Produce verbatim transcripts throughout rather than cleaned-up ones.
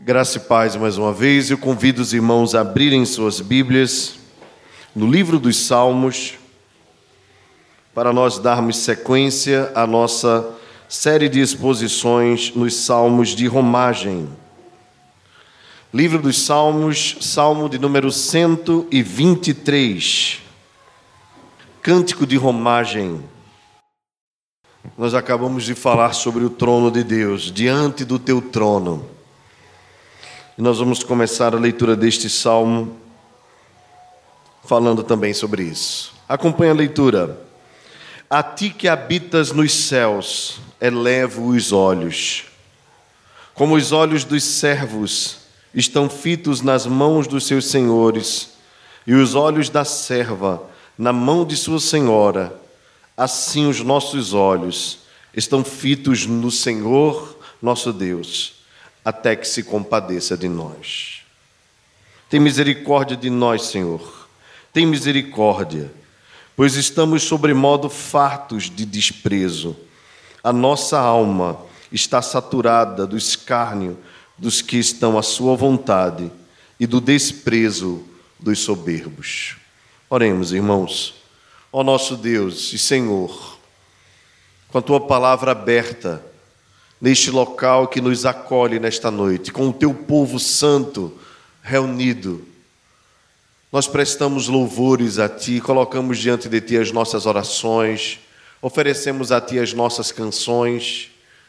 Graça e paz mais uma vez. Eu convido os irmãos a abrirem suas Bíblias no livro dos Salmos para nós darmos sequência à nossa série de exposições nos Salmos de Romagem. Livro dos Salmos, Salmo de número cento e vinte e três. Cântico de Romagem. Nós acabamos de falar sobre o trono de Deus, diante do teu trono. E nós vamos começar a leitura deste salmo falando também sobre isso. Acompanhe a leitura. A ti que habitas nos céus, elevo os olhos. Como os olhos dos servos estão fitos nas mãos dos seus senhores, e os olhos da serva na mão de sua senhora, assim os nossos olhos estão fitos no Senhor nosso Deus, até que se compadeça de nós. Tem misericórdia de nós, Senhor. Tem misericórdia, pois estamos sobremodo fartos de desprezo. A nossa alma está saturada do escárnio dos que estão à sua vontade e do desprezo dos soberbos. Oremos, irmãos. Ó nosso Deus e Senhor, com a Tua palavra aberta, neste local que nos acolhe nesta noite, com o Teu povo santo reunido, nós prestamos louvores a Ti, colocamos diante de Ti as nossas orações, oferecemos a Ti as nossas canções,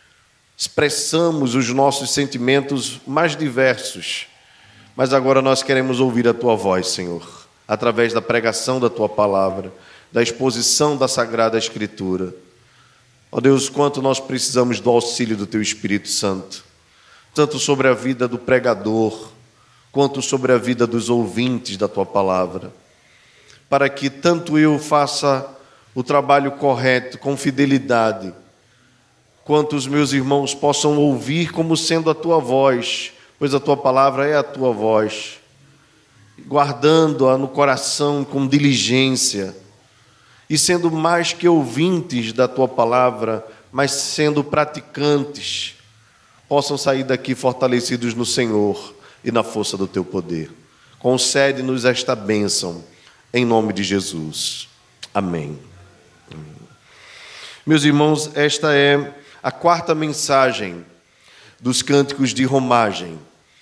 expressamos os nossos sentimentos mais diversos, mas agora nós queremos ouvir a Tua voz, Senhor, através da pregação da Tua palavra, da exposição da Sagrada Escritura. Ó Deus, quanto nós precisamos do auxílio do Teu Espírito Santo, tanto sobre a vida do pregador, quanto sobre a vida dos ouvintes da Tua palavra, para que tanto eu faça o trabalho correto, com fidelidade, quanto os meus irmãos possam ouvir como sendo a Tua voz, pois a Tua palavra é a Tua voz, guardando-a no coração com diligência, e sendo mais que ouvintes da Tua palavra, mas sendo praticantes, possam sair daqui fortalecidos no Senhor e na força do Teu poder. Concede-nos esta bênção, em nome de Jesus. Amém. Amém. Meus irmãos, esta é a quarta mensagem dos Cânticos de Romagem.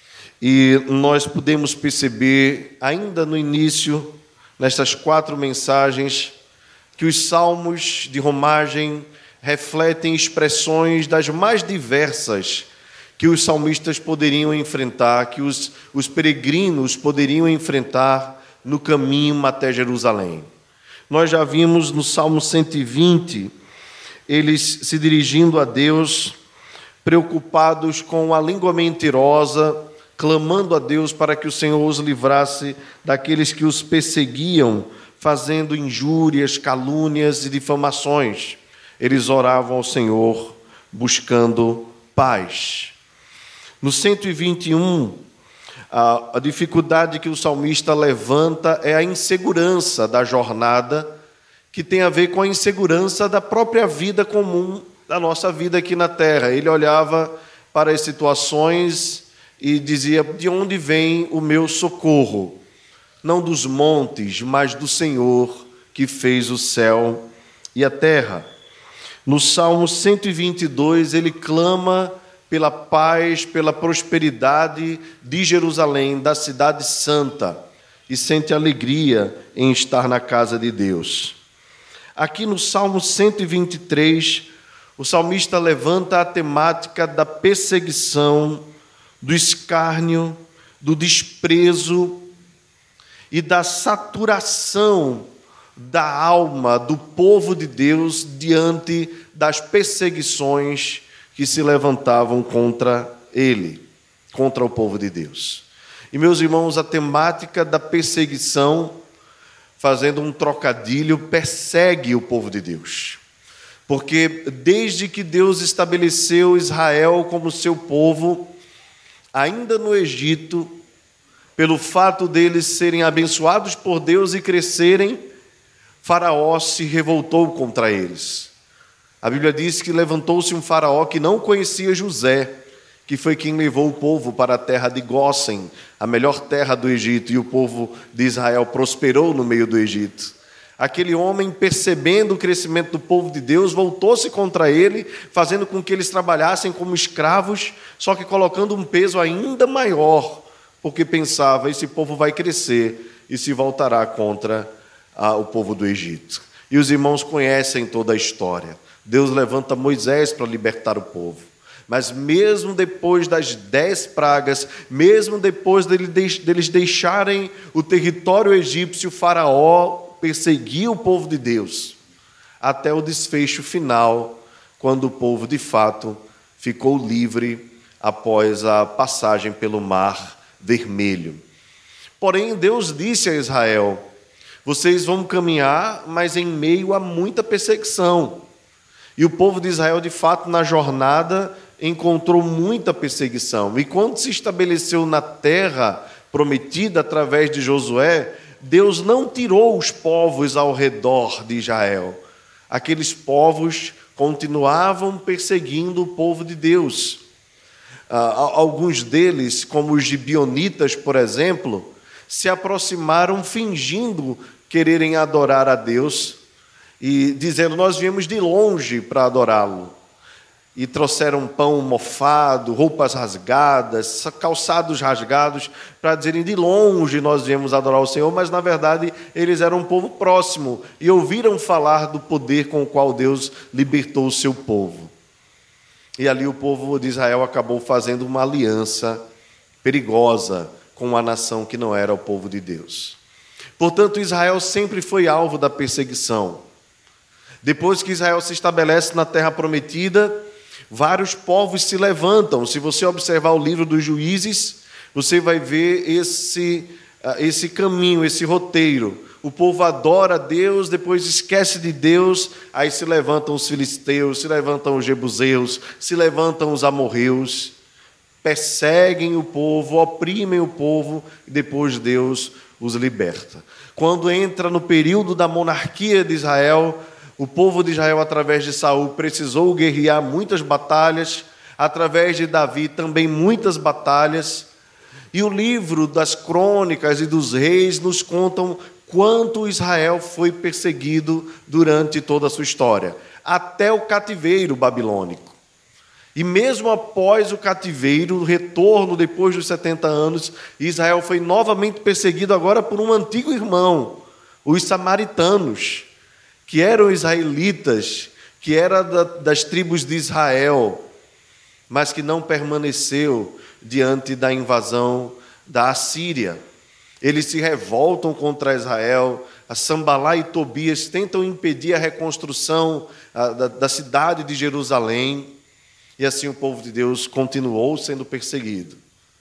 E nós podemos perceber, ainda no início, nestas quatro mensagens, que os salmos de romagem refletem expressões das mais diversas que os salmistas poderiam enfrentar, que os, os peregrinos poderiam enfrentar no caminho até Jerusalém. Nós já vimos no Salmo cento e vinte, eles se dirigindo a Deus, preocupados com a língua mentirosa, clamando a Deus para que o Senhor os livrasse daqueles que os perseguiam, fazendo injúrias, calúnias e difamações. Eles oravam ao Senhor, buscando paz. No cento e vinte e um, a, a dificuldade que o salmista levanta é a insegurança da jornada, que tem a ver com a insegurança da própria vida comum, da nossa vida aqui na terra. Ele olhava para as situações e dizia: de onde vem o meu socorro? Não dos montes, mas do Senhor que fez o céu e a terra. No Salmo cento e vinte e dois, ele clama pela paz, pela prosperidade de Jerusalém, da cidade santa, e sente alegria em estar na casa de Deus. Aqui no Salmo cento e vinte e três, o salmista levanta a temática da perseguição, do escárnio, do desprezo e da saturação da alma do povo de Deus diante das perseguições que se levantavam contra ele, contra o povo de Deus. E, meus irmãos, a temática da perseguição, fazendo um trocadilho, persegue o povo de Deus. Porque desde que Deus estabeleceu Israel como seu povo, ainda no Egito, pelo fato deles serem abençoados por Deus e crescerem, Faraó se revoltou contra eles. A Bíblia diz que levantou-se um faraó que não conhecia José, que foi quem levou o povo para a terra de Gósen, a melhor terra do Egito, e o povo de Israel prosperou no meio do Egito. Aquele homem, percebendo o crescimento do povo de Deus, voltou-se contra ele, fazendo com que eles trabalhassem como escravos, só que colocando um peso ainda maior, porque pensava, esse povo vai crescer e se voltará contra ah, o povo do Egito. E os irmãos conhecem toda a história. Deus levanta Moisés para libertar o povo. Mas mesmo depois das dez pragas, mesmo depois deles deixarem o território egípcio, o faraó perseguia o povo de Deus, até o desfecho final, quando o povo de fato ficou livre após a passagem pelo Mar Vermelho. Porém, Deus disse a Israel, vocês vão caminhar, mas em meio a muita perseguição. E o povo de Israel, de fato, na jornada, encontrou muita perseguição. E quando se estabeleceu na terra prometida através de Josué, Deus não tirou os povos ao redor de Israel. Aqueles povos continuavam perseguindo o povo de Deus. Ah, alguns deles, como os gibeonitas, por exemplo, se aproximaram fingindo quererem adorar a Deus e dizendo, nós viemos de longe para adorá-lo. E trouxeram pão mofado, roupas rasgadas, calçados rasgados, para dizerem, de longe nós viemos adorar o Senhor, mas na verdade eles eram um povo próximo e ouviram falar do poder com o qual Deus libertou o seu povo. E ali o povo de Israel acabou fazendo uma aliança perigosa com uma nação que não era o povo de Deus. Portanto, Israel sempre foi alvo da perseguição. Depois que Israel se estabelece na terra prometida, vários povos se levantam. Se você observar o livro dos Juízes, você vai ver esse, esse caminho, esse roteiro. O povo adora a Deus, depois esquece de Deus, aí se levantam os filisteus, se levantam os jebuseus, se levantam os amorreus, perseguem o povo, oprimem o povo, e depois Deus os liberta. Quando entra no período da monarquia de Israel, o povo de Israel, através de Saul, precisou guerrear muitas batalhas, através de Davi também muitas batalhas, e o livro das crônicas e dos reis nos contam quanto Israel foi perseguido durante toda a sua história, até o cativeiro babilônico. E mesmo após o cativeiro, o retorno depois dos setenta anos, Israel foi novamente perseguido agora por um antigo irmão, os samaritanos, que eram israelitas, que era da, das tribos de Israel, mas que não permaneceu diante da invasão da Assíria. Eles se revoltam contra Israel, a Sambalá e Tobias tentam impedir a reconstrução a, da, da cidade de Jerusalém, e assim o povo de Deus continuou sendo perseguido.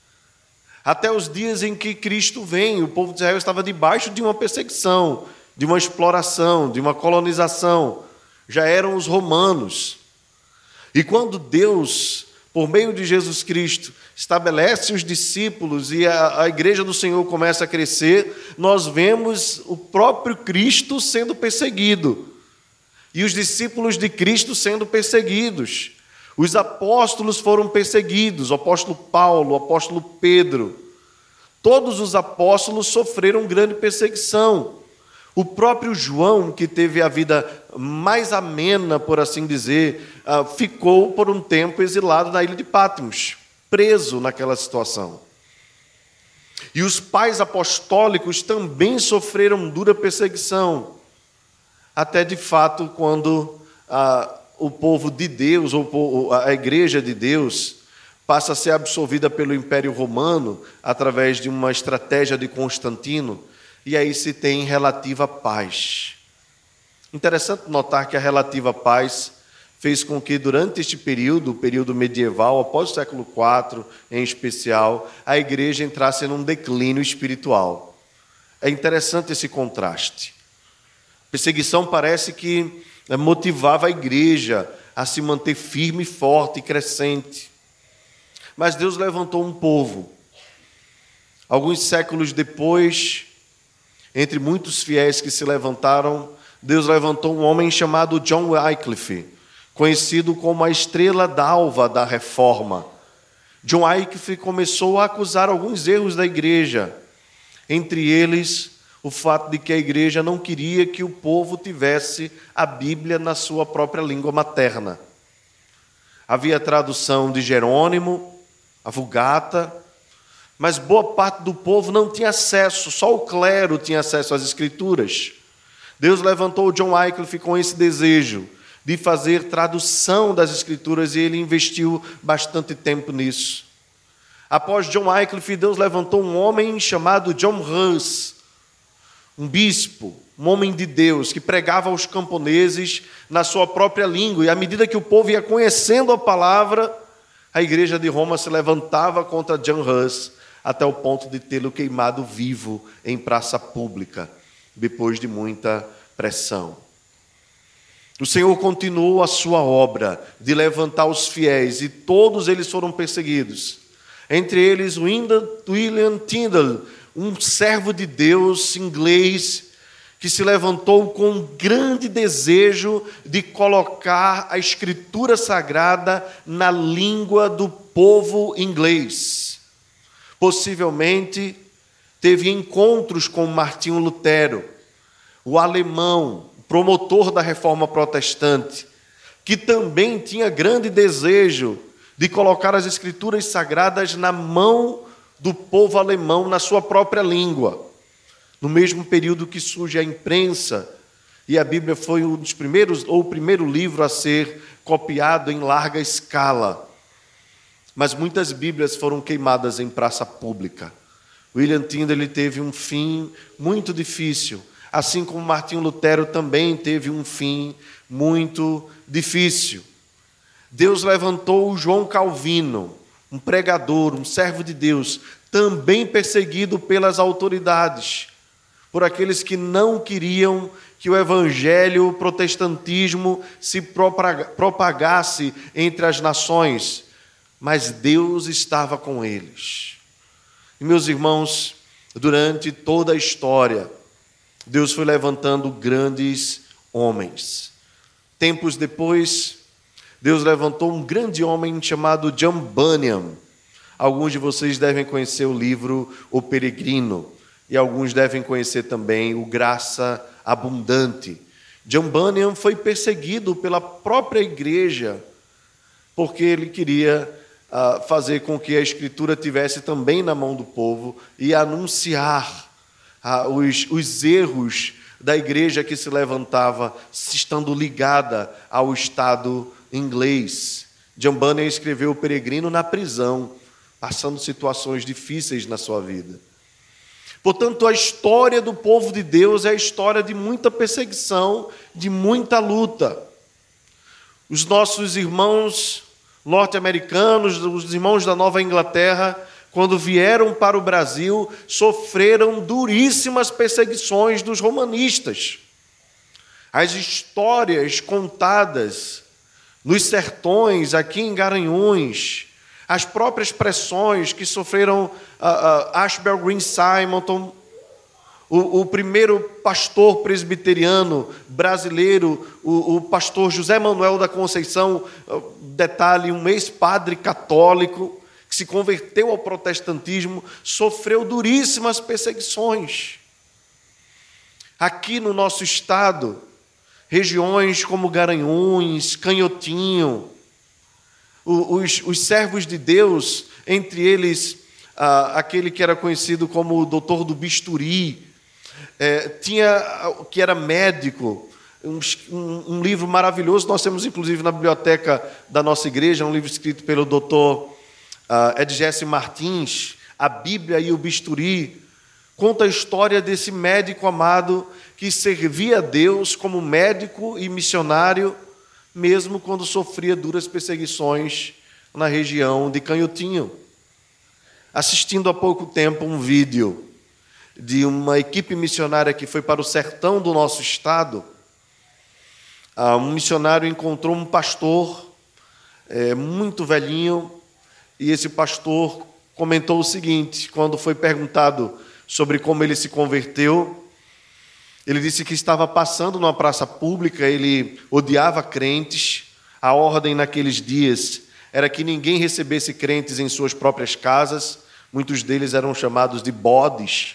Até os dias em que Cristo vem, o povo de Israel estava debaixo de uma perseguição, de uma exploração, de uma colonização. Já eram os romanos. E quando Deus, por meio de Jesus Cristo, estabelece os discípulos e a, a igreja do Senhor começa a crescer, nós vemos o próprio Cristo sendo perseguido. E os discípulos de Cristo sendo perseguidos. Os apóstolos foram perseguidos, o apóstolo Paulo, o apóstolo Pedro. Todos os apóstolos sofreram grande perseguição. O próprio João, que teve a vida mais amena, por assim dizer, ficou por um tempo exilado na ilha de Patmos, preso naquela situação. E os pais apostólicos também sofreram dura perseguição, até de fato quando ah, o povo de Deus, ou a igreja de Deus, passa a ser absorvida pelo Império Romano através de uma estratégia de Constantino, e aí se tem relativa paz. Interessante notar que a relativa paz fez com que durante este período, o período medieval, após o século quatro em especial, a igreja entrasse num declínio espiritual. É interessante esse contraste. Perseguição parece que motivava a igreja a se manter firme, forte e crescente. Mas Deus levantou um povo. Alguns séculos depois, entre muitos fiéis que se levantaram, Deus levantou um homem chamado John Wycliffe, conhecido como a estrela d'alva da Reforma. John Wycliffe começou a acusar alguns erros da igreja, entre eles o fato de que a igreja não queria que o povo tivesse a Bíblia na sua própria língua materna. Havia a tradução de Jerônimo, a Vulgata, mas boa parte do povo não tinha acesso, só o clero tinha acesso às Escrituras. Deus levantou John Wycliffe com esse desejo de fazer tradução das Escrituras e ele investiu bastante tempo nisso. Após John Wycliffe, Deus levantou um homem chamado John Hus, um bispo, um homem de Deus, que pregava aos camponeses na sua própria língua. E à medida que o povo ia conhecendo a palavra, a igreja de Roma se levantava contra John Hus, até o ponto de tê-lo queimado vivo em praça pública, depois de muita pressão. O Senhor continuou a sua obra de levantar os fiéis, e todos eles foram perseguidos. Entre eles, William Tyndale, um servo de Deus inglês, que se levantou com um grande desejo de colocar a Escritura Sagrada na língua do povo inglês. Possivelmente, teve encontros com Martinho Lutero, o alemão, promotor da Reforma Protestante, que também tinha grande desejo de colocar as Escrituras Sagradas na mão do povo alemão, na sua própria língua. No mesmo período que surge a imprensa, e a Bíblia foi um dos primeiros, ou o primeiro livro a ser copiado em larga escala. Mas muitas Bíblias foram queimadas em praça pública. William Tyndale teve um fim muito difícil, assim como Martinho Lutero também teve um fim muito difícil. Deus levantou João Calvino, um pregador, um servo de Deus, também perseguido pelas autoridades, por aqueles que não queriam que o evangelho, o protestantismo se propagasse entre as nações, mas Deus estava com eles. E, meus irmãos, durante toda a história, Deus foi levantando grandes homens. Tempos depois, Deus levantou um grande homem chamado John Bunyan. Alguns de vocês devem conhecer o livro O Peregrino, e alguns devem conhecer também o Graça Abundante. John Bunyan foi perseguido pela própria igreja, porque ele queria uh, fazer com que a Escritura tivesse também na mão do povo e anunciar uh, os, os erros da igreja que se levantava, estando ligada ao Estado inglês. John Bunyan escreveu O Peregrino na prisão, passando situações difíceis na sua vida. Portanto, a história do povo de Deus é a história de muita perseguição, de muita luta. Os nossos irmãos norte-americanos, os irmãos da Nova Inglaterra, quando vieram para o Brasil, sofreram duríssimas perseguições dos romanistas. As histórias contadas nos sertões, aqui em Garanhuns, as próprias pressões que sofreram uh, uh, Ashbel Green Simonton, o, o primeiro pastor presbiteriano brasileiro, o, o pastor José Manuel da Conceição, uh, detalhe, um ex-padre católico, que se converteu ao protestantismo, sofreu duríssimas perseguições. Aqui no nosso estado, regiões como Garanhuns, Canhotinho, os, os servos de Deus, entre eles ah, aquele que era conhecido como o doutor do bisturi, é, tinha, que era médico, um, um, um livro maravilhoso, nós temos inclusive na biblioteca da nossa igreja, um livro escrito pelo doutor Uh, Edgesse Martins, A Bíblia e o Bisturi, conta a história desse médico amado que servia a Deus como médico e missionário, mesmo quando sofria duras perseguições na região de Canhotinho. Assistindo há pouco tempo um vídeo de uma equipe missionária que foi para o sertão do nosso estado, uh, um missionário encontrou um pastor é, muito velhinho. E esse pastor comentou o seguinte, quando foi perguntado sobre como ele se converteu, ele disse que estava passando numa praça pública, ele odiava crentes, a ordem naqueles dias era que ninguém recebesse crentes em suas próprias casas. Muitos deles eram chamados de bodes.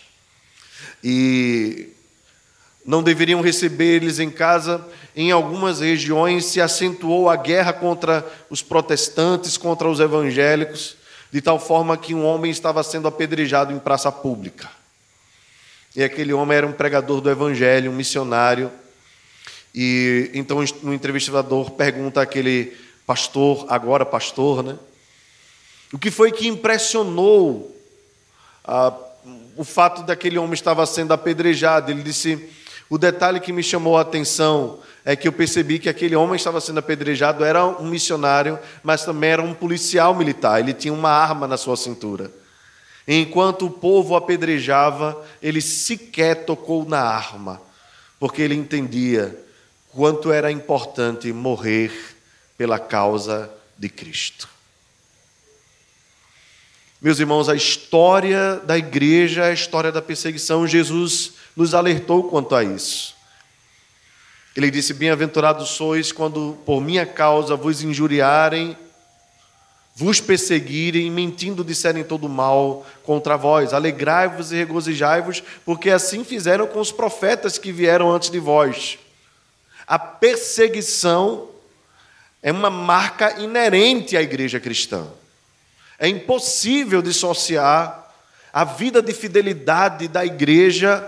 E não deveriam receber eles em casa. Em algumas regiões se acentuou a guerra contra os protestantes, contra os evangélicos, de tal forma que um homem estava sendo apedrejado em praça pública. E aquele homem era um pregador do evangelho, um missionário. E então um entrevistador pergunta àquele pastor, agora pastor, né? O que foi que impressionou ah, o fato daquele homem estava sendo apedrejado? Ele disse, o detalhe que me chamou a atenção é que eu percebi que aquele homem estava sendo apedrejado era um missionário, mas também era um policial militar. Ele tinha uma arma na sua cintura. Enquanto o povo apedrejava, ele sequer tocou na arma, porque ele entendia quanto era importante morrer pela causa de Cristo. Meus irmãos, a história da igreja é a história da perseguição. Jesus nos alertou quanto a isso. Ele disse, bem-aventurados sois quando por minha causa vos injuriarem, vos perseguirem, mentindo disserem todo mal contra vós. Alegrai-vos e regozijai-vos, porque assim fizeram com os profetas que vieram antes de vós. A perseguição é uma marca inerente à igreja cristã. É impossível dissociar a vida de fidelidade da igreja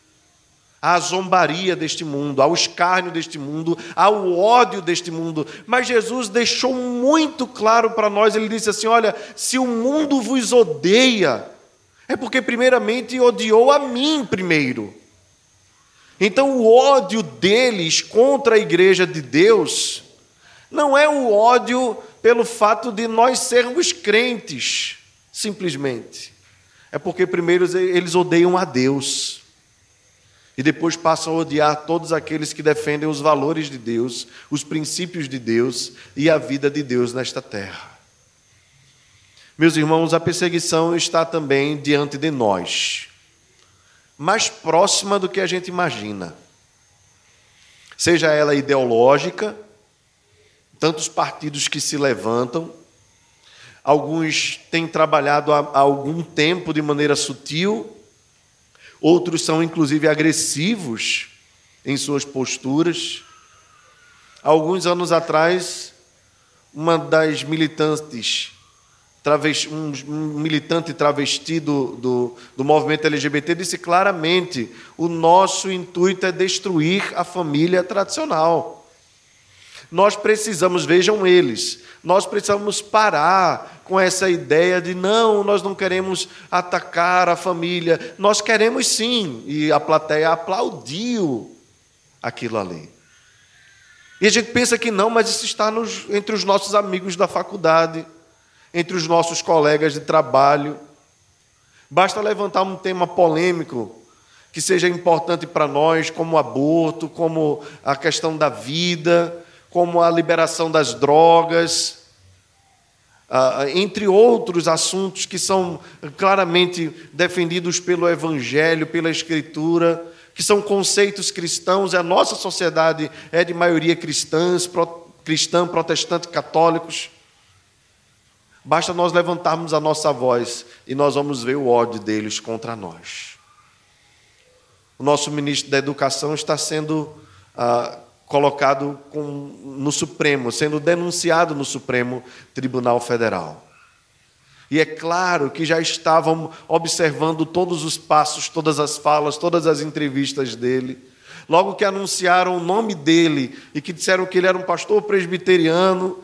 à zombaria deste mundo, ao escárnio deste mundo, ao ódio deste mundo. Mas Jesus deixou muito claro para nós, ele disse assim, olha, se o mundo vos odeia, é porque primeiramente odiou a mim primeiro. Então o ódio deles contra a igreja de Deus não é o ódio pelo fato de nós sermos crentes, simplesmente. É porque primeiro eles odeiam a Deus. E depois passam a odiar todos aqueles que defendem os valores de Deus, os princípios de Deus e a vida de Deus nesta terra. Meus irmãos, a perseguição está também diante de nós, mais próxima do que a gente imagina. Seja ela ideológica, tantos partidos que se levantam, alguns têm trabalhado há algum tempo de maneira sutil, outros são, inclusive, agressivos em suas posturas. Alguns anos atrás, uma das militantes, um militante travesti do, do, do movimento L G B T disse claramente, o nosso intuito é destruir a família tradicional. Nós precisamos, vejam eles, nós precisamos parar com essa ideia de não, nós não queremos atacar a família, nós queremos sim, e a plateia aplaudiu aquilo ali. E a gente pensa que não, mas isso está nos, entre os nossos amigos da faculdade, entre os nossos colegas de trabalho. Basta levantar um tema polêmico que seja importante para nós, como o aborto, como a questão da vida, como a liberação das drogas, ah, entre outros assuntos que são claramente defendidos pelo Evangelho, pela Escritura, que são conceitos cristãos. A nossa sociedade é de maioria cristãs, pro, cristã, protestante, católicos. Basta nós levantarmos a nossa voz e nós vamos ver o ódio deles contra nós. O nosso ministro da Educação está sendo ah, colocado com, no Supremo, sendo denunciado no Supremo Tribunal Federal. E é claro que já estavam observando todos os passos, todas as falas, todas as entrevistas dele. Logo que anunciaram o nome dele e que disseram que ele era um pastor presbiteriano,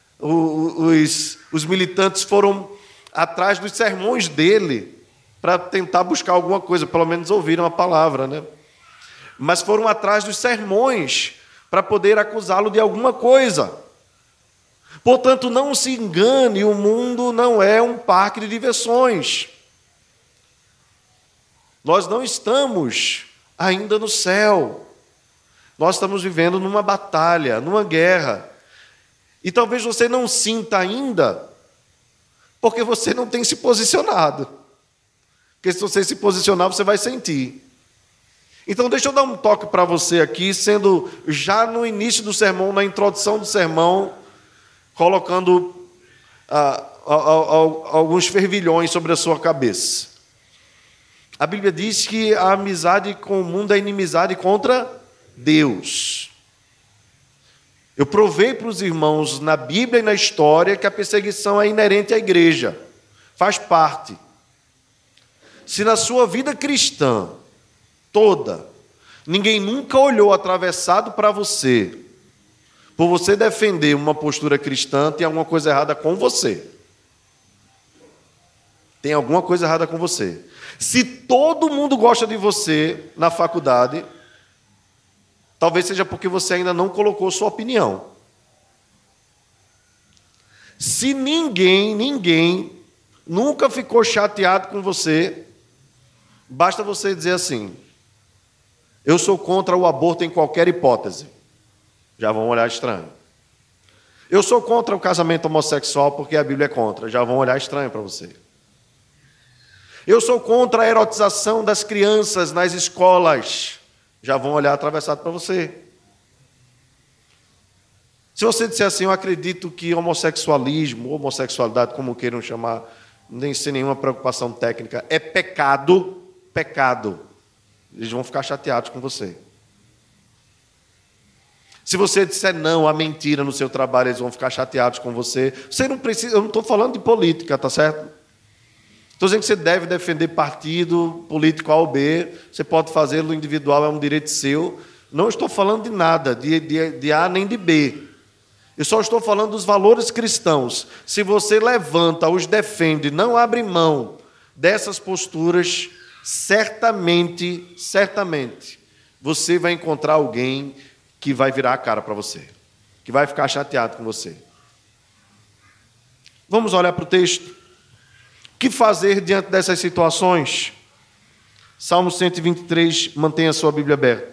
os, os militantes foram atrás dos sermões dele para tentar buscar alguma coisa, pelo menos ouviram a palavra, né? Mas foram atrás dos sermões para poder acusá-lo de alguma coisa. Portanto, não se engane, o mundo não é um parque de diversões. Nós não estamos ainda no céu. Nós estamos vivendo numa batalha, numa guerra. E talvez você não sinta ainda, porque você não tem se posicionado. Porque se você se posicionar, você vai sentir. Então, deixa eu dar um toque para você aqui, sendo já no início do sermão, na introdução do sermão, colocando ah, ah, ah, alguns fervilhões sobre a sua cabeça. A Bíblia diz que a amizade com o mundo é inimizade contra Deus. Eu provei para os irmãos na Bíblia e na história que a perseguição é inerente à igreja, faz parte. Se na sua vida cristã toda, ninguém nunca olhou atravessado para você, por você defender uma postura cristã, tem alguma coisa errada com você. Tem alguma coisa errada com você. Se todo mundo gosta de você na faculdade, talvez seja porque você ainda não colocou sua opinião. Se ninguém, ninguém nunca ficou chateado com você, basta você dizer assim: eu sou contra o aborto em qualquer hipótese. Já vão olhar estranho. Eu sou contra o casamento homossexual porque a Bíblia é contra. Já vão olhar estranho para você. Eu sou contra a erotização das crianças nas escolas. Já vão olhar atravessado para você. Se você disser assim: eu acredito que homossexualismo, homossexualidade, como queiram chamar, nem sem nenhuma preocupação técnica, é pecado, pecado. Eles vão ficar chateados com você. Se você disser não à mentira no seu trabalho, eles vão ficar chateados com você. Você não precisa, eu não estou falando de política, tá certo? Estou dizendo que você deve defender partido político A ou B, você pode fazê-lo individual, é um direito seu. Não estou falando de nada, de, de, de A nem de B. Eu só estou falando dos valores cristãos. Se você levanta, os defende, não abre mão dessas posturas, certamente, certamente, você vai encontrar alguém que vai virar a cara para você, que vai ficar chateado com você. Vamos olhar para o texto. O que fazer diante dessas situações? Salmo cento e vinte e três, mantenha a sua Bíblia aberta.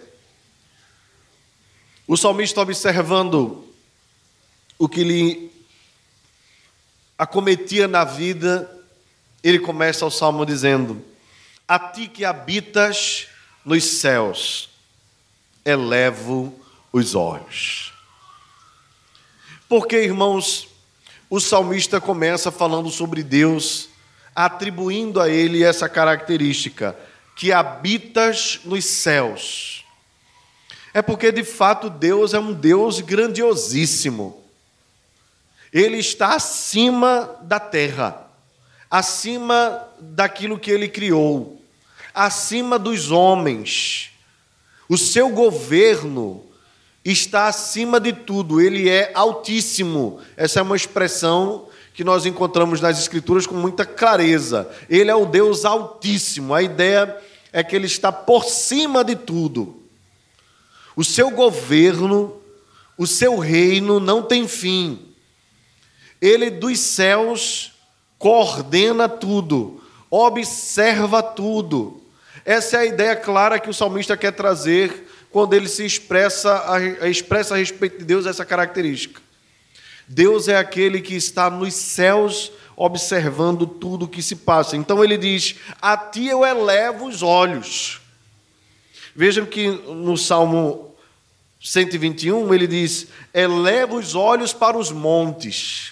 O salmista, observando o que lhe acometia na vida, ele começa o salmo dizendo: a ti que habitas nos céus, elevo os olhos. Porque, irmãos, o salmista começa falando sobre Deus, atribuindo a ele essa característica, que habitas nos céus. É porque, de fato, Deus é um Deus grandiosíssimo. Ele está acima da terra, acima daquilo que ele criou, acima dos homens. O seu governo está acima de tudo, ele é altíssimo. Essa é uma expressão que nós encontramos nas Escrituras com muita clareza. Ele é o Deus altíssimo, a ideia é que ele está por cima de tudo. O seu governo, o seu reino não tem fim. Ele dos céus coordena tudo, observa tudo. Essa é a ideia clara que o salmista quer trazer quando ele se expressa a, expressa a respeito de Deus, essa característica. Deus é aquele que está nos céus observando tudo o que se passa. Então ele diz: a ti eu elevo os olhos. Vejam que no Salmo cento e vinte e um ele diz: eleva os olhos para os montes.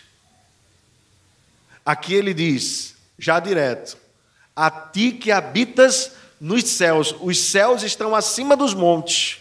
Aqui ele diz, já direto: a ti que habitas nos céus. Os céus estão acima dos montes.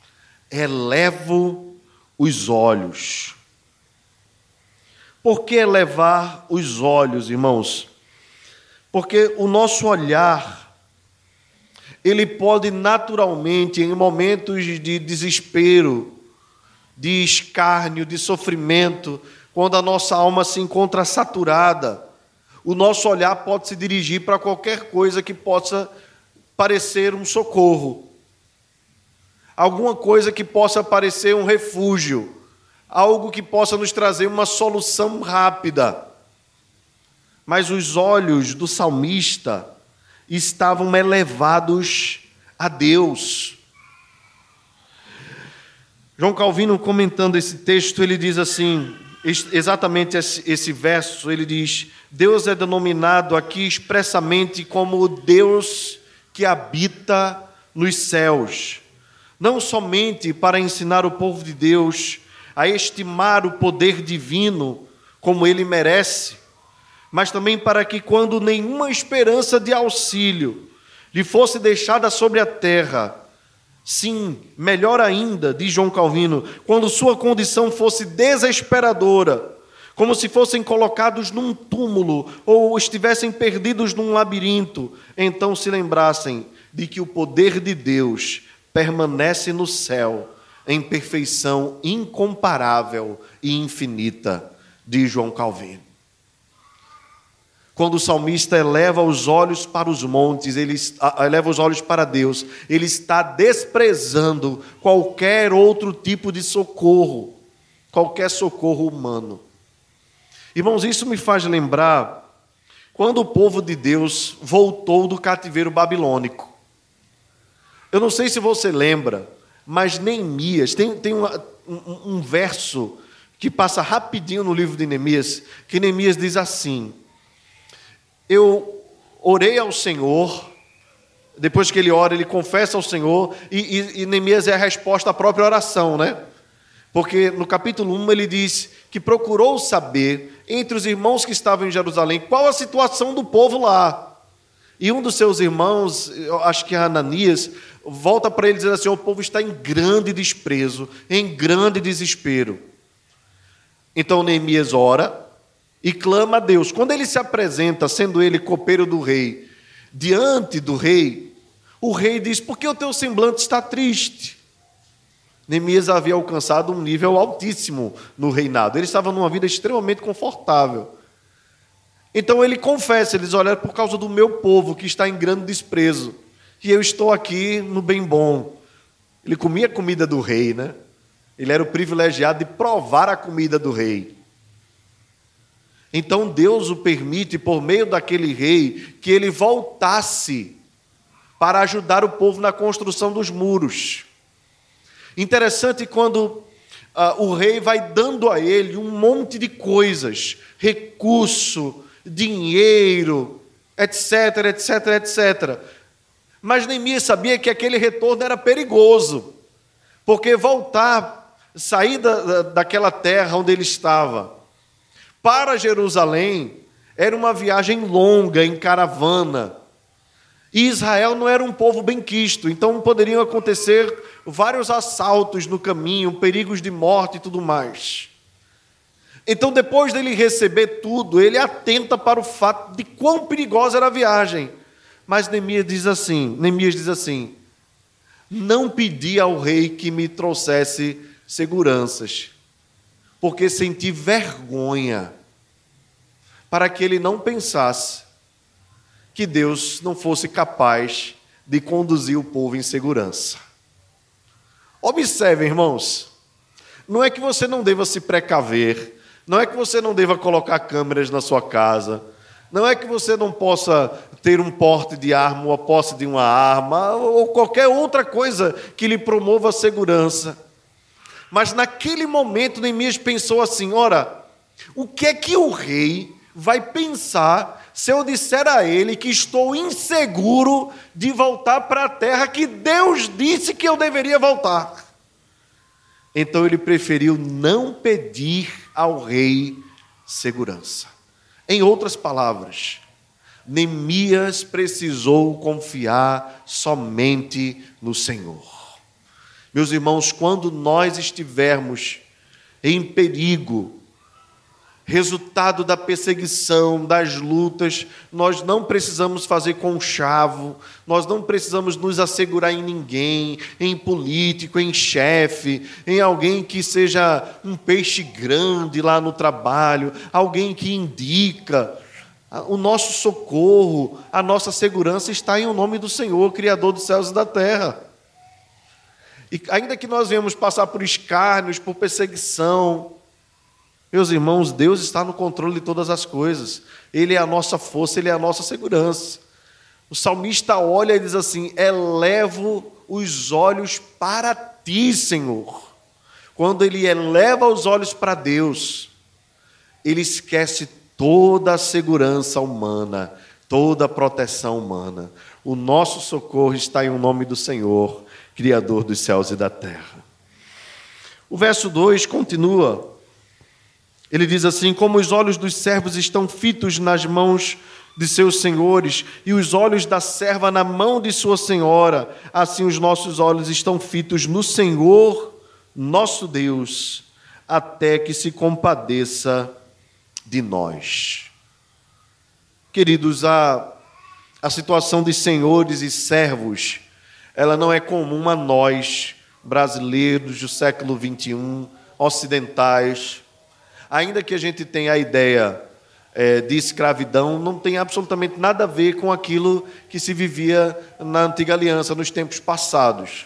Elevo os olhos. Por que elevar os olhos, irmãos? Porque o nosso olhar, ele pode naturalmente, em momentos de desespero, de escárnio, de sofrimento, quando a nossa alma se encontra saturada, o nosso olhar pode se dirigir para qualquer coisa que possa parecer um socorro, alguma coisa que possa parecer um refúgio, algo que possa nos trazer uma solução rápida. Mas os olhos do salmista estavam elevados a Deus. João Calvino, comentando esse texto, ele diz assim, exatamente esse, esse verso, ele diz: Deus é denominado aqui expressamente como o Deus que habita nos céus, não somente para ensinar o povo de Deus a estimar o poder divino como ele merece, mas também para que, quando nenhuma esperança de auxílio lhe fosse deixada sobre a terra, sim, melhor ainda, diz João Calvino, quando sua condição fosse desesperadora, como se fossem colocados num túmulo ou estivessem perdidos num labirinto, então se lembrassem de que o poder de Deus permanece no céu em perfeição incomparável e infinita, diz João Calvino. Quando o salmista eleva os olhos para os montes, ele eleva os olhos para Deus, ele está desprezando qualquer outro tipo de socorro, qualquer socorro humano. Irmãos, isso me faz lembrar quando o povo de Deus voltou do cativeiro babilônico. Eu não sei se você lembra, mas Neemias, tem, tem uma, um, um verso que passa rapidinho no livro de Neemias, que Neemias diz assim: eu orei ao Senhor, depois que ele ora, ele confessa ao Senhor, e, e, e Neemias é a resposta à própria oração, né? Porque no capítulo um ele diz que procurou saber, entre os irmãos que estavam em Jerusalém, qual a situação do povo lá. E um dos seus irmãos, eu acho que é Ananias, volta para ele dizendo assim: o povo está em grande desprezo, em grande desespero. Então Neemias ora e clama a Deus. Quando ele se apresenta, sendo ele copeiro do rei, diante do rei, o rei diz: por que o teu semblante está triste? Neemias havia alcançado um nível altíssimo no reinado. Ele estava numa vida extremamente confortável. Então ele confessa, ele diz: olha, é por causa do meu povo que está em grande desprezo, e eu estou aqui no bem bom. Ele comia a comida do rei, né? Ele era o privilegiado de provar a comida do rei. Então Deus o permite, por meio daquele rei, que ele voltasse para ajudar o povo na construção dos muros. Interessante quando uh, o rei vai dando a ele um monte de coisas, recurso, dinheiro, etc, etc, etcétera. Mas Neemias sabia que aquele retorno era perigoso, porque voltar, sair da, daquela terra onde ele estava, para Jerusalém, era uma viagem longa, em caravana. E Israel não era um povo benquisto, então poderiam acontecer vários assaltos no caminho, perigos de morte e tudo mais. Então, depois dele receber tudo, ele atenta para o fato de quão perigosa era a viagem. Mas Neemias diz assim, Neemias diz assim: não pedi ao rei que me trouxesse seguranças, porque senti vergonha, para que ele não pensasse que Deus não fosse capaz de conduzir o povo em segurança. Observem, irmãos, não é que você não deva se precaver, não é que você não deva colocar câmeras na sua casa, não é que você não possa ter um porte de arma ou a posse de uma arma, ou qualquer outra coisa que lhe promova a segurança. Mas naquele momento Neemias pensou assim: ora, o que é que o rei vai pensar se eu disser a ele que estou inseguro de voltar para a terra que Deus disse que eu deveria voltar? Então ele preferiu não pedir ao rei segurança. Em outras palavras, Neemias precisou confiar somente no Senhor. Meus irmãos, quando nós estivermos em perigo, resultado da perseguição, das lutas, nós não precisamos fazer conchavo, nós não precisamos nos assegurar em ninguém, em político, em chefe, em alguém que seja um peixe grande lá no trabalho, alguém que indica. O nosso socorro, a nossa segurança está em o nome do Senhor, Criador dos céus e da terra. E ainda que nós venhamos passar por escárnios, por perseguição, meus irmãos, Deus está no controle de todas as coisas. Ele é a nossa força, Ele é a nossa segurança. O salmista olha e diz assim: elevo os olhos para Ti, Senhor. Quando ele eleva os olhos para Deus, ele esquece toda a segurança humana, toda a proteção humana. O nosso socorro está em o nome do Senhor, Criador dos céus e da terra. O verso dois continua: Ele diz assim: como os olhos dos servos estão fitos nas mãos de seus senhores, e os olhos da serva na mão de sua senhora, assim os nossos olhos estão fitos no Senhor, nosso Deus, até que se compadeça de nós. Queridos, a, a situação de senhores e servos, ela não é comum a nós, brasileiros do século vinte e um, ocidentais. Ainda que a gente tenha a ideia é, de escravidão, não tem absolutamente nada a ver com aquilo que se vivia na antiga aliança, nos tempos passados.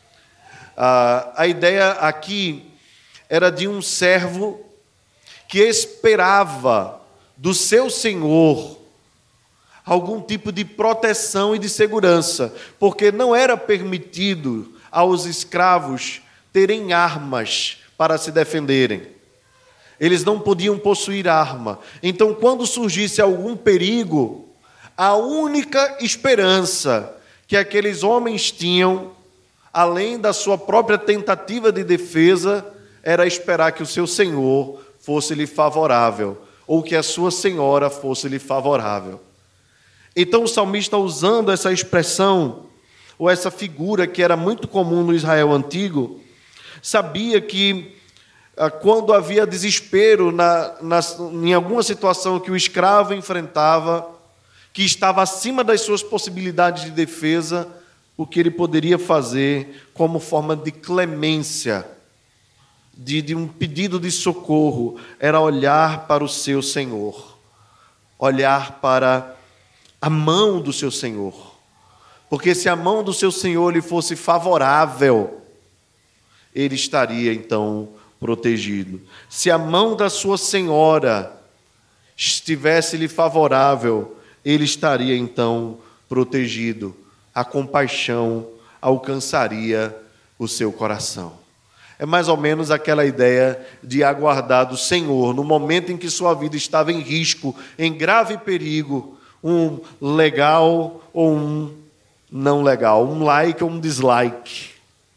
Ah, a ideia aqui era de um servo que esperava do seu senhor algum tipo de proteção e de segurança, porque não era permitido aos escravos terem armas para se defenderem. Eles não podiam possuir arma. Então, quando surgisse algum perigo, a única esperança que aqueles homens tinham, além da sua própria tentativa de defesa, era esperar que o seu senhor fosse-lhe favorável, ou que a sua senhora fosse-lhe favorável. Então o salmista, usando essa expressão, ou essa figura que era muito comum no Israel antigo, sabia que quando havia desespero na, na, em alguma situação que o escravo enfrentava, que estava acima das suas possibilidades de defesa, o que ele poderia fazer como forma de clemência, de, de um pedido de socorro, era olhar para o seu Senhor, olhar para a mão do seu Senhor. Porque se a mão do seu Senhor lhe fosse favorável, ele estaria então protegido. Se a mão da sua senhora estivesse-lhe favorável, ele estaria então protegido. A compaixão alcançaria o seu coração. É mais ou menos aquela ideia de aguardar do Senhor, no momento em que sua vida estava em risco, em grave perigo, um legal ou um não legal, um like ou um dislike.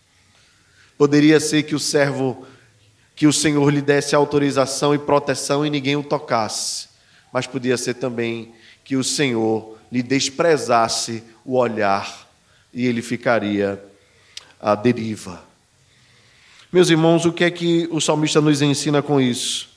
Poderia ser que o servo, que o Senhor lhe desse autorização e proteção e ninguém o tocasse, mas podia ser também que o Senhor lhe desprezasse o olhar e ele ficaria à deriva. Meus irmãos, o que é que o salmista nos ensina com isso?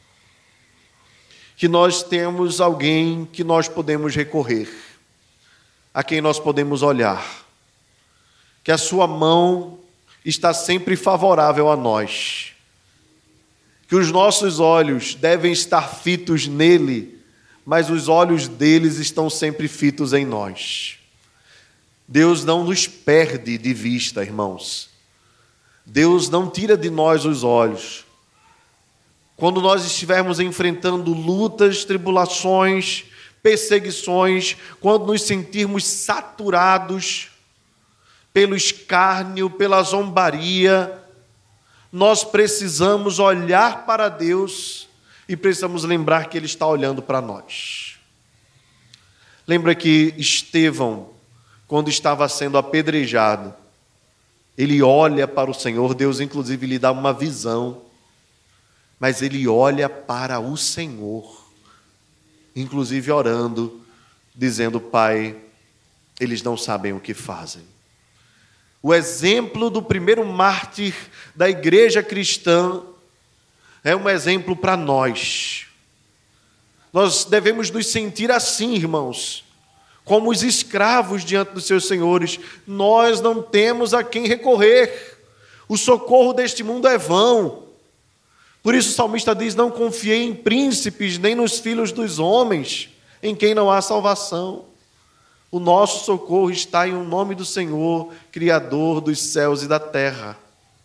Que nós temos alguém que nós podemos recorrer, a quem nós podemos olhar, que a sua mão está sempre favorável a nós, que os nossos olhos devem estar fitos nele, mas os olhos deles estão sempre fitos em nós. Deus não nos perde de vista, irmãos. Deus não tira de nós os olhos. Quando nós estivermos enfrentando lutas, tribulações, perseguições, quando nos sentirmos saturados pelo escárnio, pela zombaria, nós precisamos olhar para Deus e precisamos lembrar que Ele está olhando para nós. Lembra que Estevão, quando estava sendo apedrejado, ele olha para o Senhor, Deus inclusive lhe dá uma visão, mas ele olha para o Senhor, inclusive orando, dizendo: Pai, eles não sabem o que fazem. O exemplo do primeiro mártir da igreja cristã é um exemplo para nós. Nós devemos nos sentir assim, irmãos, como os escravos diante dos seus senhores. Nós não temos a quem recorrer. O socorro deste mundo é vão. Por isso o salmista diz: não confiei em príncipes, nem nos filhos dos homens, em quem não há salvação. O nosso socorro está em o nome do Senhor, Criador dos céus e da terra.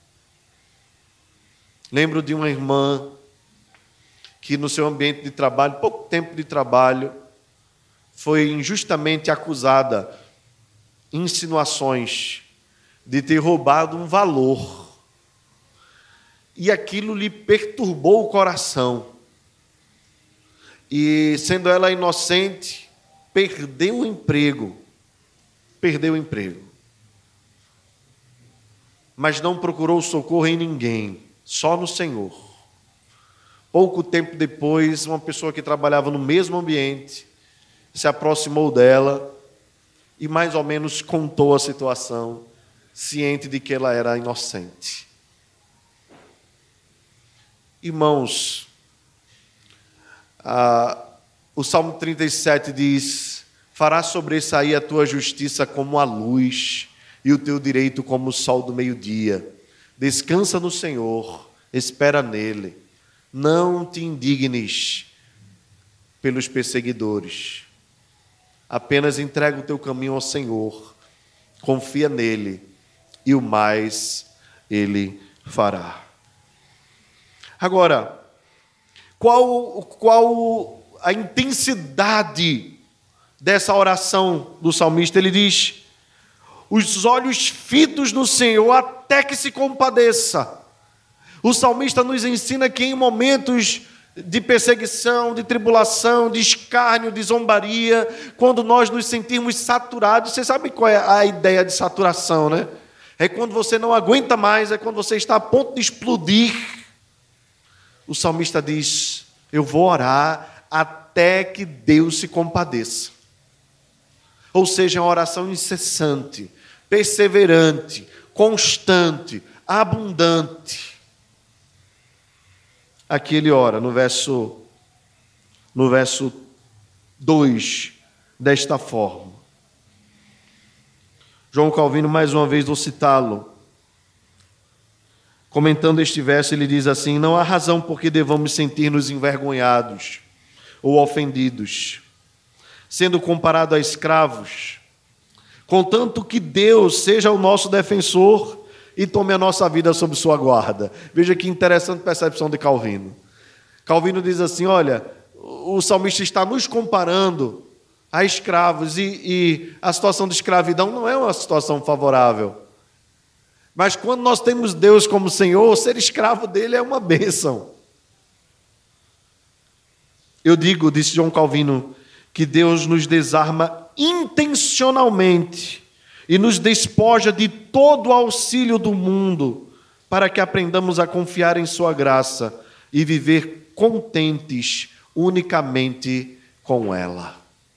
Lembro de uma irmã que no seu ambiente de trabalho, pouco tempo de trabalho, foi injustamente acusada, insinuações, de ter roubado um valor. E aquilo lhe perturbou o coração. E, sendo ela inocente, perdeu o emprego. Perdeu o emprego. Mas não procurou socorro em ninguém, só no Senhor. Pouco tempo depois, uma pessoa que trabalhava no mesmo ambiente se aproximou dela e mais ou menos contou a situação, ciente de que ela era inocente. Irmãos, ah, o Salmo trinta e sete diz: farás sobressair a tua justiça como a luz e o teu direito como o sol do meio-dia. Descansa no Senhor, espera nele. Não te indignes pelos perseguidores. Apenas entrega o teu caminho ao Senhor, confia nele e o mais ele fará. Agora, qual, qual a intensidade dessa oração do salmista? Ele diz: os olhos fitos no Senhor até que se compadeça. O salmista nos ensina que em momentos de perseguição, de tribulação, de escárnio, de zombaria, quando nós nos sentirmos saturados, você sabe qual é a ideia de saturação, né? É quando você não aguenta mais, é quando você está a ponto de explodir. O salmista diz: eu vou orar até que Deus se compadeça. Ou seja, uma oração incessante, perseverante, constante, abundante. Aqui ele ora no verso, no verso dois, desta forma. João Calvino, mais uma vez vou citá-lo. Comentando este verso, ele diz assim: não há razão por que devamos sentir-nos envergonhados ou ofendidos, sendo comparado a escravos, contanto que Deus seja o nosso defensor e tome a nossa vida sob sua guarda. Veja que interessante percepção de Calvino. Calvino diz assim: olha, o salmista está nos comparando a escravos, e, e a situação de escravidão não é uma situação favorável. Mas quando nós temos Deus como Senhor, ser escravo dele é uma bênção. Eu digo, disse João Calvino, que Deus nos desarma intencionalmente e nos despoja de todo o auxílio do mundo para que aprendamos a confiar em sua graça e viver contentes unicamente com ela.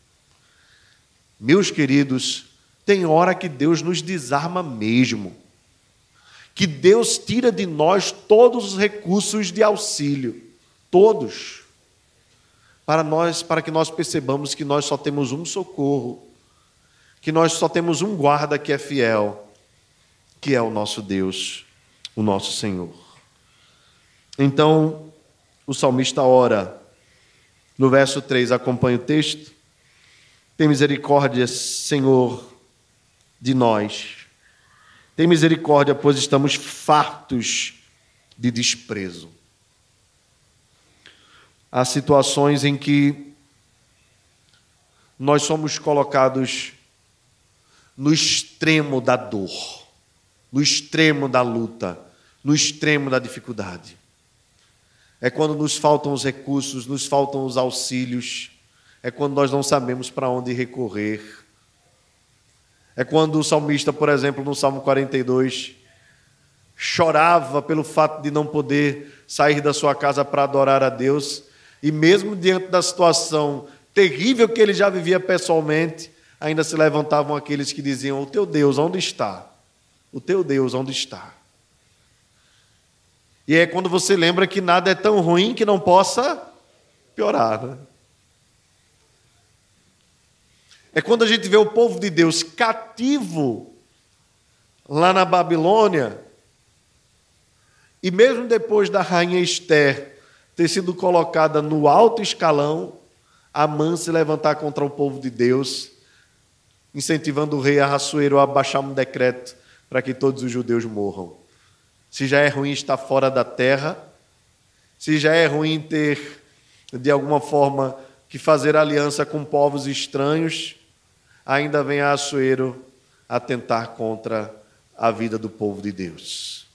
Meus queridos, tem hora que Deus nos desarma mesmo, que Deus tira de nós todos os recursos de auxílio, todos, para nós, para que nós percebamos que nós só temos um socorro, que nós só temos um guarda que é fiel, que é o nosso Deus, o nosso Senhor. Então, o salmista ora, no verso três, acompanha o texto: tem misericórdia, Senhor, de nós. Tem misericórdia, pois estamos fartos de desprezo. Há situações em que nós somos colocados no extremo da dor, no extremo da luta, no extremo da dificuldade. É quando nos faltam os recursos, nos faltam os auxílios, é quando nós não sabemos para onde recorrer. É quando o salmista, por exemplo, no Salmo quarenta e dois, chorava pelo fato de não poder sair da sua casa para adorar a Deus, e mesmo diante da situação terrível que ele já vivia pessoalmente, ainda se levantavam aqueles que diziam: o teu Deus, onde está? O teu Deus, onde está? E é quando você lembra que nada é tão ruim que não possa piorar, né? É quando a gente vê o povo de Deus cativo lá na Babilônia, e mesmo depois da rainha Ester ter sido colocada no alto escalão, Amã se levantar contra o povo de Deus, incentivando o rei Ahasuero a baixar um decreto para que todos os judeus morram. Se já é ruim estar fora da terra, se já é ruim ter, de alguma forma, que fazer aliança com povos estranhos, ainda vem Ahasuero atentar contra a vida do povo de Deus.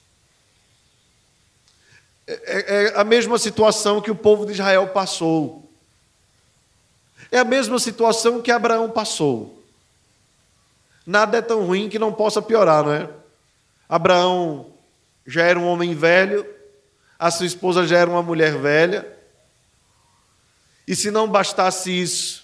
É, é a mesma situação que o povo de Israel passou. É a mesma situação que Abraão passou. Nada é tão ruim que não possa piorar, não é? Abraão já era um homem velho, a sua esposa já era uma mulher velha. E se não bastasse isso,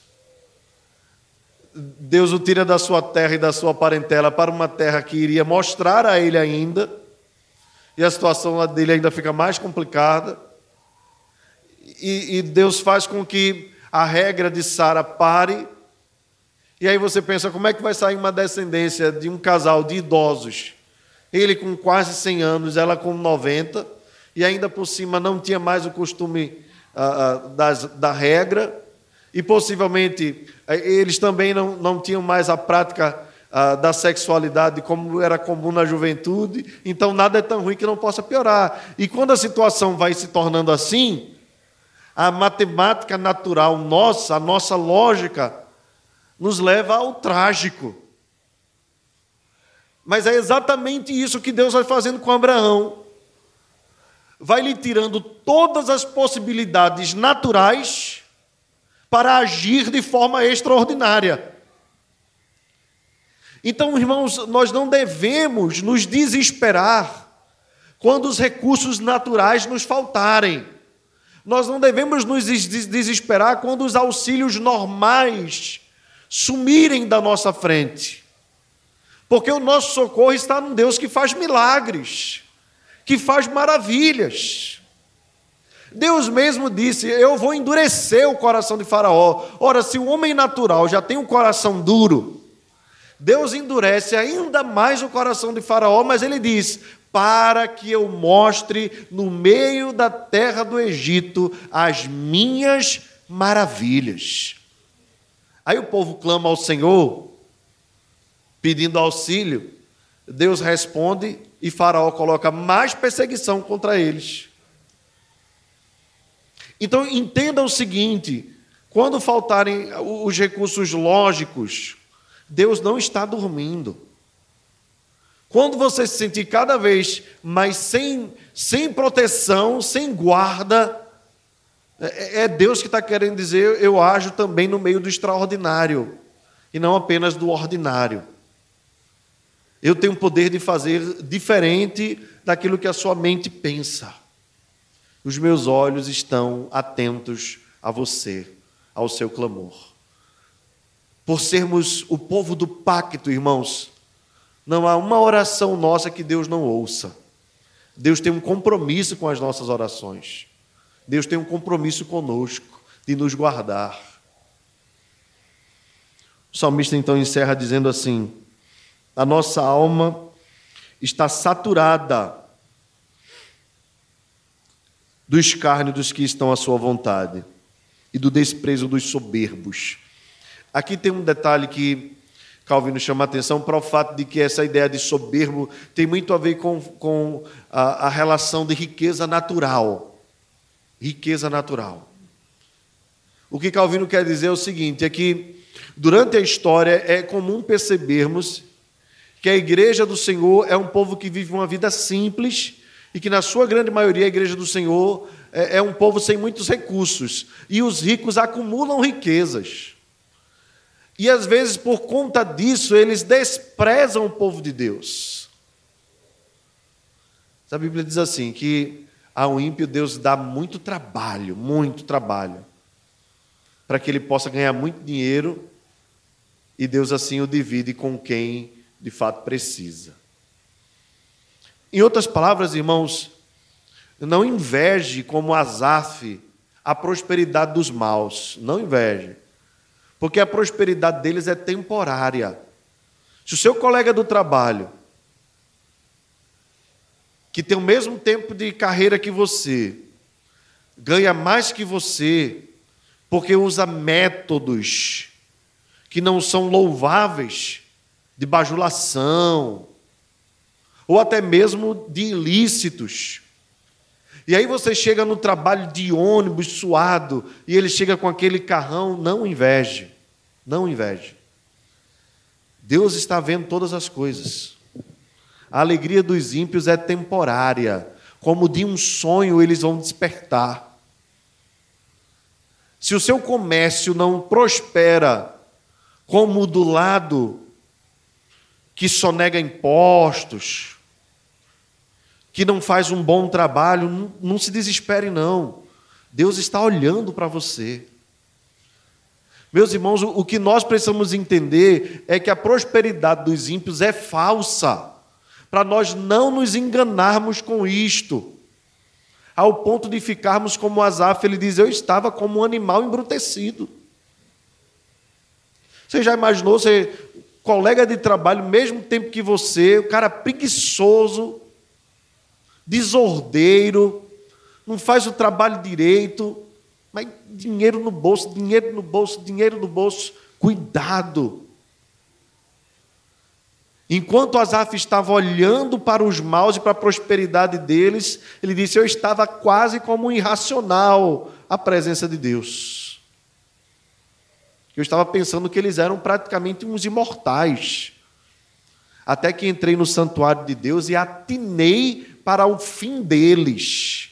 Deus o tira da sua terra e da sua parentela para uma terra que iria mostrar a ele ainda, e a situação dele ainda fica mais complicada. E, e Deus faz com que a regra de Sara pare. E aí você pensa, como é que vai sair uma descendência de um casal de idosos? Ele com quase cem anos, ela com noventa, e ainda por cima não tinha mais o costume ah, ah, das, da regra, e possivelmente eles também não, não tinham mais a prática ah, da sexualidade como era comum na juventude, então nada é tão ruim que não possa piorar. E quando a situação vai se tornando assim, a matemática natural nossa, a nossa lógica, nos leva ao trágico. Mas é exatamente isso que Deus vai fazendo com Abraão. Vai lhe tirando todas as possibilidades naturais para agir de forma extraordinária. Então, irmãos, nós não devemos nos desesperar quando os recursos naturais nos faltarem. Nós não devemos nos desesperar quando os auxílios normais sumirem da nossa frente. Porque o nosso socorro está num Deus que faz milagres, que faz maravilhas. Deus mesmo disse, eu vou endurecer o coração de Faraó. Ora, se o homem natural já tem um coração duro, Deus endurece ainda mais o coração de Faraó, mas ele diz, para que eu mostre no meio da terra do Egito as minhas maravilhas. Aí o povo clama ao Senhor, pedindo auxílio. Deus responde e Faraó coloca mais perseguição contra eles. Então, entenda o seguinte, quando faltarem os recursos lógicos, Deus não está dormindo. Quando você se sentir cada vez mais sem, sem proteção, sem guarda, é Deus que está querendo dizer, eu ajo também no meio do extraordinário, e não apenas do ordinário. Eu tenho o poder de fazer diferente daquilo que a sua mente pensa. Os meus olhos estão atentos a você, ao seu clamor. Por sermos o povo do pacto, irmãos, não há uma oração nossa que Deus não ouça. Deus tem um compromisso com as nossas orações. Deus tem um compromisso conosco de nos guardar. O salmista então encerra dizendo assim, a nossa alma está saturada do escárnio dos que estão à sua vontade e do desprezo dos soberbos. Aqui tem um detalhe que Calvino chama a atenção para o fato de que essa ideia de soberbo tem muito a ver com, com a, a relação de riqueza natural. Riqueza natural. O que Calvino quer dizer é o seguinte, é que durante a história é comum percebermos que a igreja do Senhor é um povo que vive uma vida simples e que, na sua grande maioria, a igreja do Senhor é, é um povo sem muitos recursos. E os ricos acumulam riquezas. E, às vezes, por conta disso, eles desprezam o povo de Deus. A Bíblia diz assim, que ao ímpio Deus dá muito trabalho, muito trabalho, para que ele possa ganhar muito dinheiro e Deus assim o divide com quem de fato precisa. Em outras palavras, irmãos, não inveje como Asaf a prosperidade dos maus, não inveje, porque a prosperidade deles é temporária. Se o seu colega do trabalho, que tem o mesmo tempo de carreira que você, ganha mais que você, porque usa métodos que não são louváveis, de bajulação, ou até mesmo de ilícitos. E aí você chega no trabalho de ônibus suado, e ele chega com aquele carrão, não inveje, não inveje. Deus está vendo todas as coisas. A alegria dos ímpios é temporária, como de um sonho eles vão despertar. Se o seu comércio não prospera, como do lado que sonega impostos, que não faz um bom trabalho, não, não se desespere, não. Deus está olhando para você. Meus irmãos, o que nós precisamos entender é que a prosperidade dos ímpios é falsa, para nós não nos enganarmos com isto, ao ponto de ficarmos como Asaf, ele diz, eu estava como um animal embrutecido. Você já imaginou, você, colega de trabalho, mesmo tempo que você, o cara preguiçoso, desordeiro, não faz o trabalho direito, mas dinheiro no bolso, dinheiro no bolso, dinheiro no bolso, cuidado. Enquanto Asaf estava olhando para os maus e para a prosperidade deles, ele disse, eu estava quase como um irracional à presença de Deus. Eu estava pensando que eles eram praticamente uns imortais. Até que entrei no santuário de Deus e atinei para o fim deles.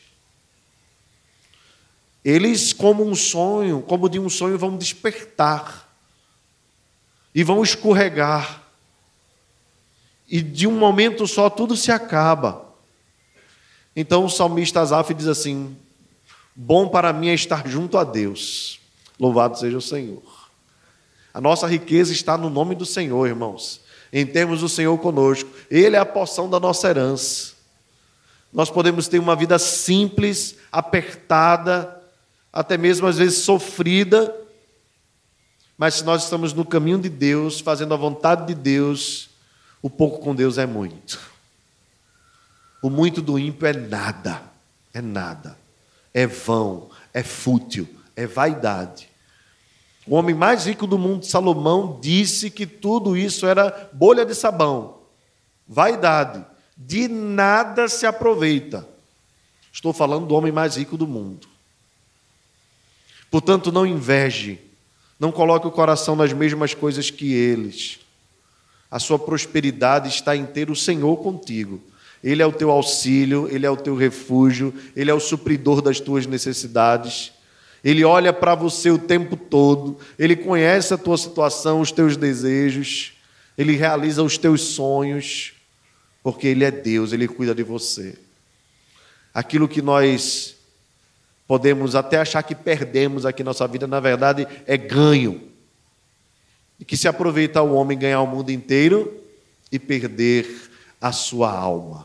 Eles, como um sonho, como de um sonho, vão despertar. E vão escorregar. E de um momento só tudo se acaba. Então o salmista Asaf diz assim, bom para mim é estar junto a Deus. Louvado seja o Senhor. A nossa riqueza está no nome do Senhor, irmãos. Em termos do Senhor conosco. Ele é a porção da nossa herança. Nós podemos ter uma vida simples, apertada, até mesmo às vezes sofrida, mas se nós estamos no caminho de Deus, fazendo a vontade de Deus, o pouco com Deus é muito. O muito do ímpio é nada, é nada, é vão, é fútil, é vaidade. O homem mais rico do mundo, Salomão, disse que tudo isso era bolha de sabão, vaidade, de nada se aproveita. Estou falando do homem mais rico do mundo. Portanto, não inveje, não coloque o coração nas mesmas coisas que eles. A sua prosperidade está em ter o Senhor contigo. Ele é o teu auxílio, Ele é o teu refúgio, Ele é o supridor das tuas necessidades. Ele olha para você o tempo todo, Ele conhece a tua situação, os teus desejos, Ele realiza os teus sonhos, porque Ele é Deus, Ele cuida de você. Aquilo que nós podemos até achar que perdemos aqui na nossa vida, na verdade, é ganho. E que se aproveita o homem ganhar o mundo inteiro e perder a sua alma.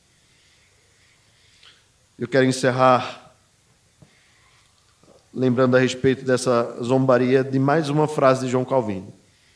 Eu quero encerrar lembrando a respeito dessa zombaria de mais uma frase de João Calvino.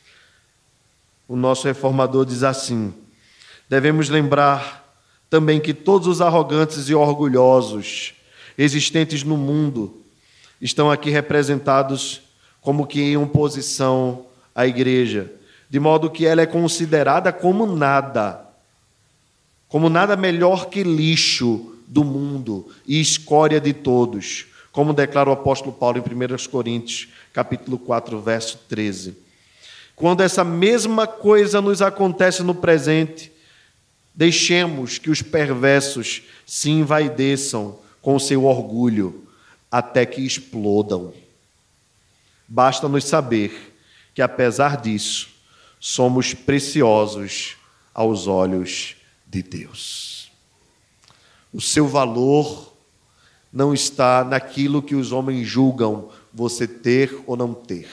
O nosso reformador diz assim, devemos lembrar também que todos os arrogantes e orgulhosos existentes no mundo estão aqui representados como que em oposição à igreja, de modo que ela é considerada como nada, como nada melhor que lixo do mundo e escória de todos, como declara o apóstolo Paulo em primeira Coríntios, capítulo quatro, verso treze. Quando essa mesma coisa nos acontece no presente, deixemos que os perversos se envaideçam com o seu orgulho, até que explodam. Basta-nos saber que, apesar disso, somos preciosos aos olhos de Deus. O seu valor não está naquilo que os homens julgam você ter ou não ter.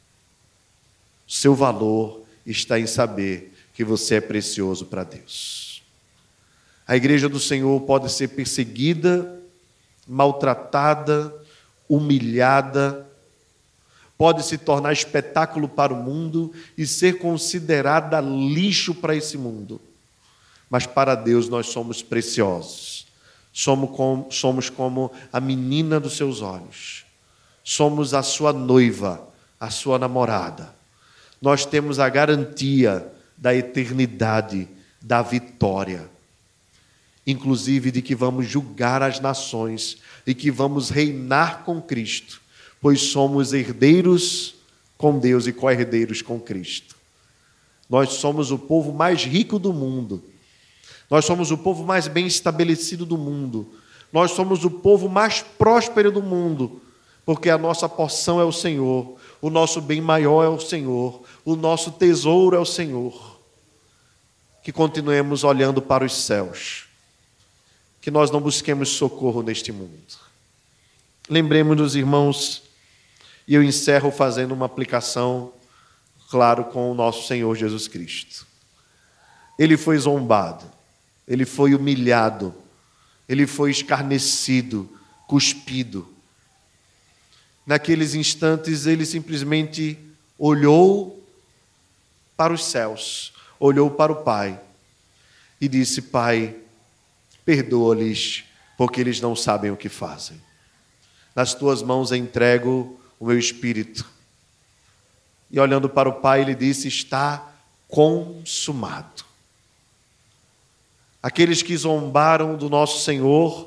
O seu valor está em saber que você é precioso para Deus. A igreja do Senhor pode ser perseguida, maltratada, humilhada, pode se tornar espetáculo para o mundo e ser considerada lixo para esse mundo. Mas para Deus nós somos preciosos. Somos como, somos como a menina dos seus olhos. Somos a sua noiva, a sua namorada. Nós temos a garantia da eternidade, da vitória. Inclusive de que vamos julgar as nações e que vamos reinar com Cristo, pois somos herdeiros com Deus e co-herdeiros com Cristo. Nós somos o povo mais rico do mundo. Nós somos o povo mais bem estabelecido do mundo. Nós somos o povo mais próspero do mundo, porque a nossa porção é o Senhor, o nosso bem maior é o Senhor, o nosso tesouro é o Senhor. Que continuemos olhando para os céus, que nós não busquemos socorro neste mundo. Lembremos-nos, irmãos, e eu encerro fazendo uma aplicação, claro, com o nosso Senhor Jesus Cristo. Ele foi zombado, ele foi humilhado, ele foi escarnecido, cuspido. Naqueles instantes, ele simplesmente olhou para os céus, olhou para o Pai e disse: Pai, perdoa-lhes, porque eles não sabem o que fazem. Nas tuas mãos entrego o meu espírito. E olhando para o Pai, ele disse: está consumado. Aqueles que zombaram do nosso Senhor,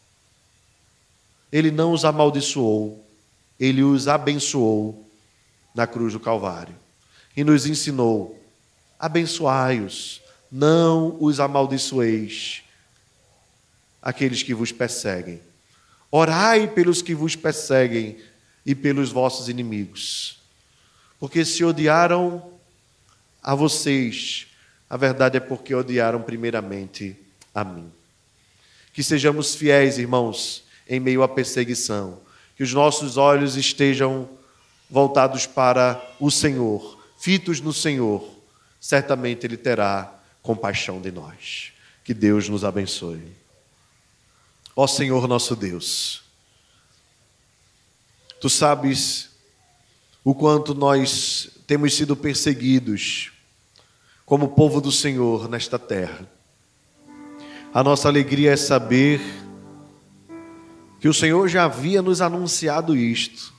ele não os amaldiçoou, ele os abençoou na cruz do Calvário. E nos ensinou: abençoai-os, não os amaldiçoeis, aqueles que vos perseguem. Orai pelos que vos perseguem e pelos vossos inimigos. Porque se odiaram a vocês, a verdade é porque odiaram primeiramente a mim. Que sejamos fiéis, irmãos, em meio à perseguição. Que os nossos olhos estejam voltados para o Senhor, fitos no Senhor. Certamente Ele terá compaixão de nós. Que Deus nos abençoe. Ó Senhor nosso Deus, Tu sabes o quanto nós temos sido perseguidos como povo do Senhor nesta terra. A nossa alegria é saber que o Senhor já havia nos anunciado isto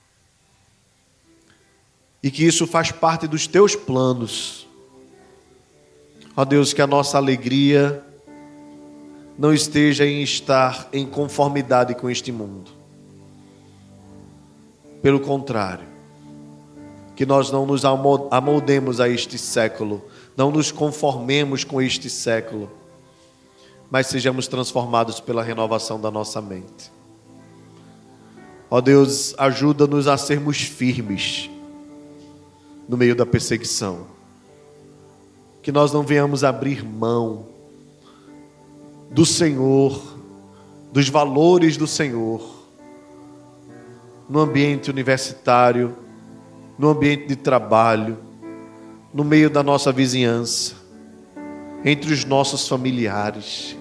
e que isso faz parte dos Teus planos. Ó Deus, que a nossa alegria não esteja em estar em conformidade com este mundo. Pelo contrário, que nós não nos amoldemos a este século, não nos conformemos com este século, mas sejamos transformados pela renovação da nossa mente. Ó Deus, ajuda-nos a sermos firmes no meio da perseguição. Que nós não venhamos abrir mão do Senhor, dos valores do Senhor, no ambiente universitário, no ambiente de trabalho, no meio da nossa vizinhança, entre os nossos familiares,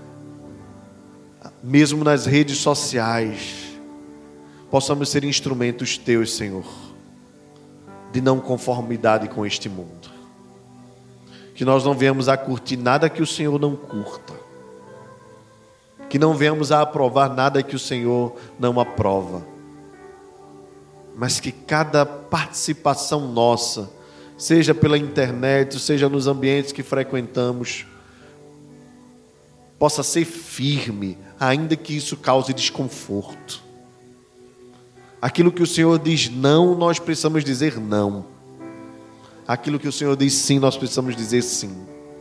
mesmo nas redes sociais, possamos ser instrumentos Teus, Senhor, de não conformidade com este mundo. Que nós não venhamos a curtir nada que o Senhor não curta. Que não venhamos a aprovar nada que o Senhor não aprova. Mas que cada participação nossa, seja pela internet, seja nos ambientes que frequentamos, possa ser firme, ainda que isso cause desconforto. Aquilo que o Senhor diz não, nós precisamos dizer não. Aquilo que o Senhor diz sim, nós precisamos dizer sim.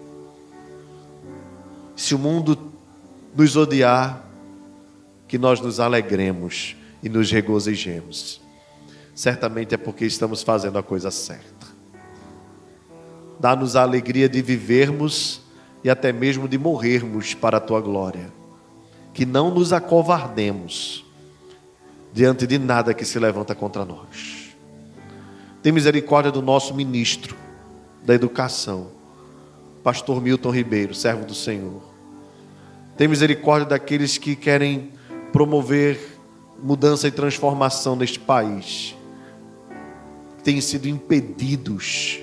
Se o mundo nos odiar, que nós nos alegremos e nos regozijemos. Certamente é porque estamos fazendo a coisa certa. Dá-nos a alegria de vivermos e até mesmo de morrermos para a Tua glória. Que não nos acovardemos diante de nada que se levanta contra nós. Tem misericórdia do nosso ministro da educação, pastor Milton Ribeiro, servo do Senhor. Tem misericórdia daqueles que querem promover mudança e transformação neste país, que têm sido impedidos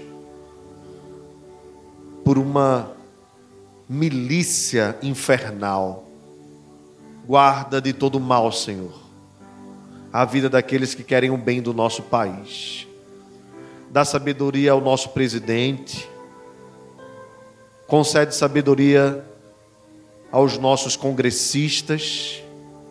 por uma milícia infernal. Guarda de todo mal, Senhor, a vida daqueles que querem o bem do nosso país. Dá sabedoria ao nosso presidente, concede sabedoria aos nossos congressistas,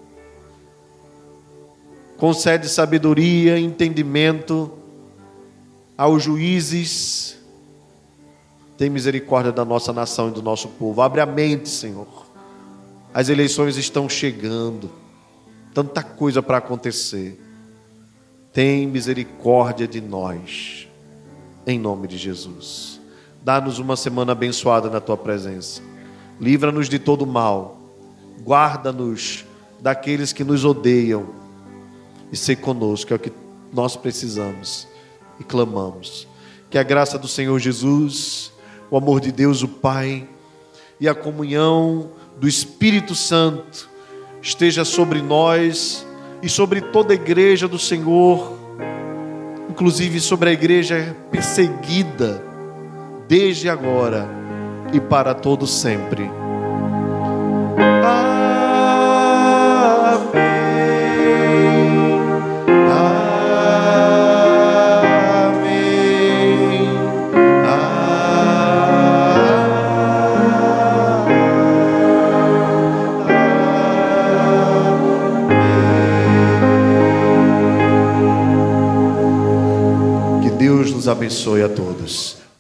concede sabedoria e entendimento aos juízes. Tem misericórdia da nossa nação e do nosso povo. Abre a mente, Senhor. As eleições estão chegando, tanta coisa para acontecer. Tem misericórdia de nós, em nome de Jesus. Dá-nos uma semana abençoada na Tua presença. Livra-nos de todo mal. guarda-nos daqueles que nos odeiam e ser conosco, é o que nós precisamos e clamamos. Que a graça do Senhor Jesus, o amor de Deus o Pai e a comunhão do Espírito Santo esteja sobre nós e sobre toda a igreja do Senhor, inclusive sobre a igreja perseguida, desde agora e para todo sempre. Deus nos abençoe a todos.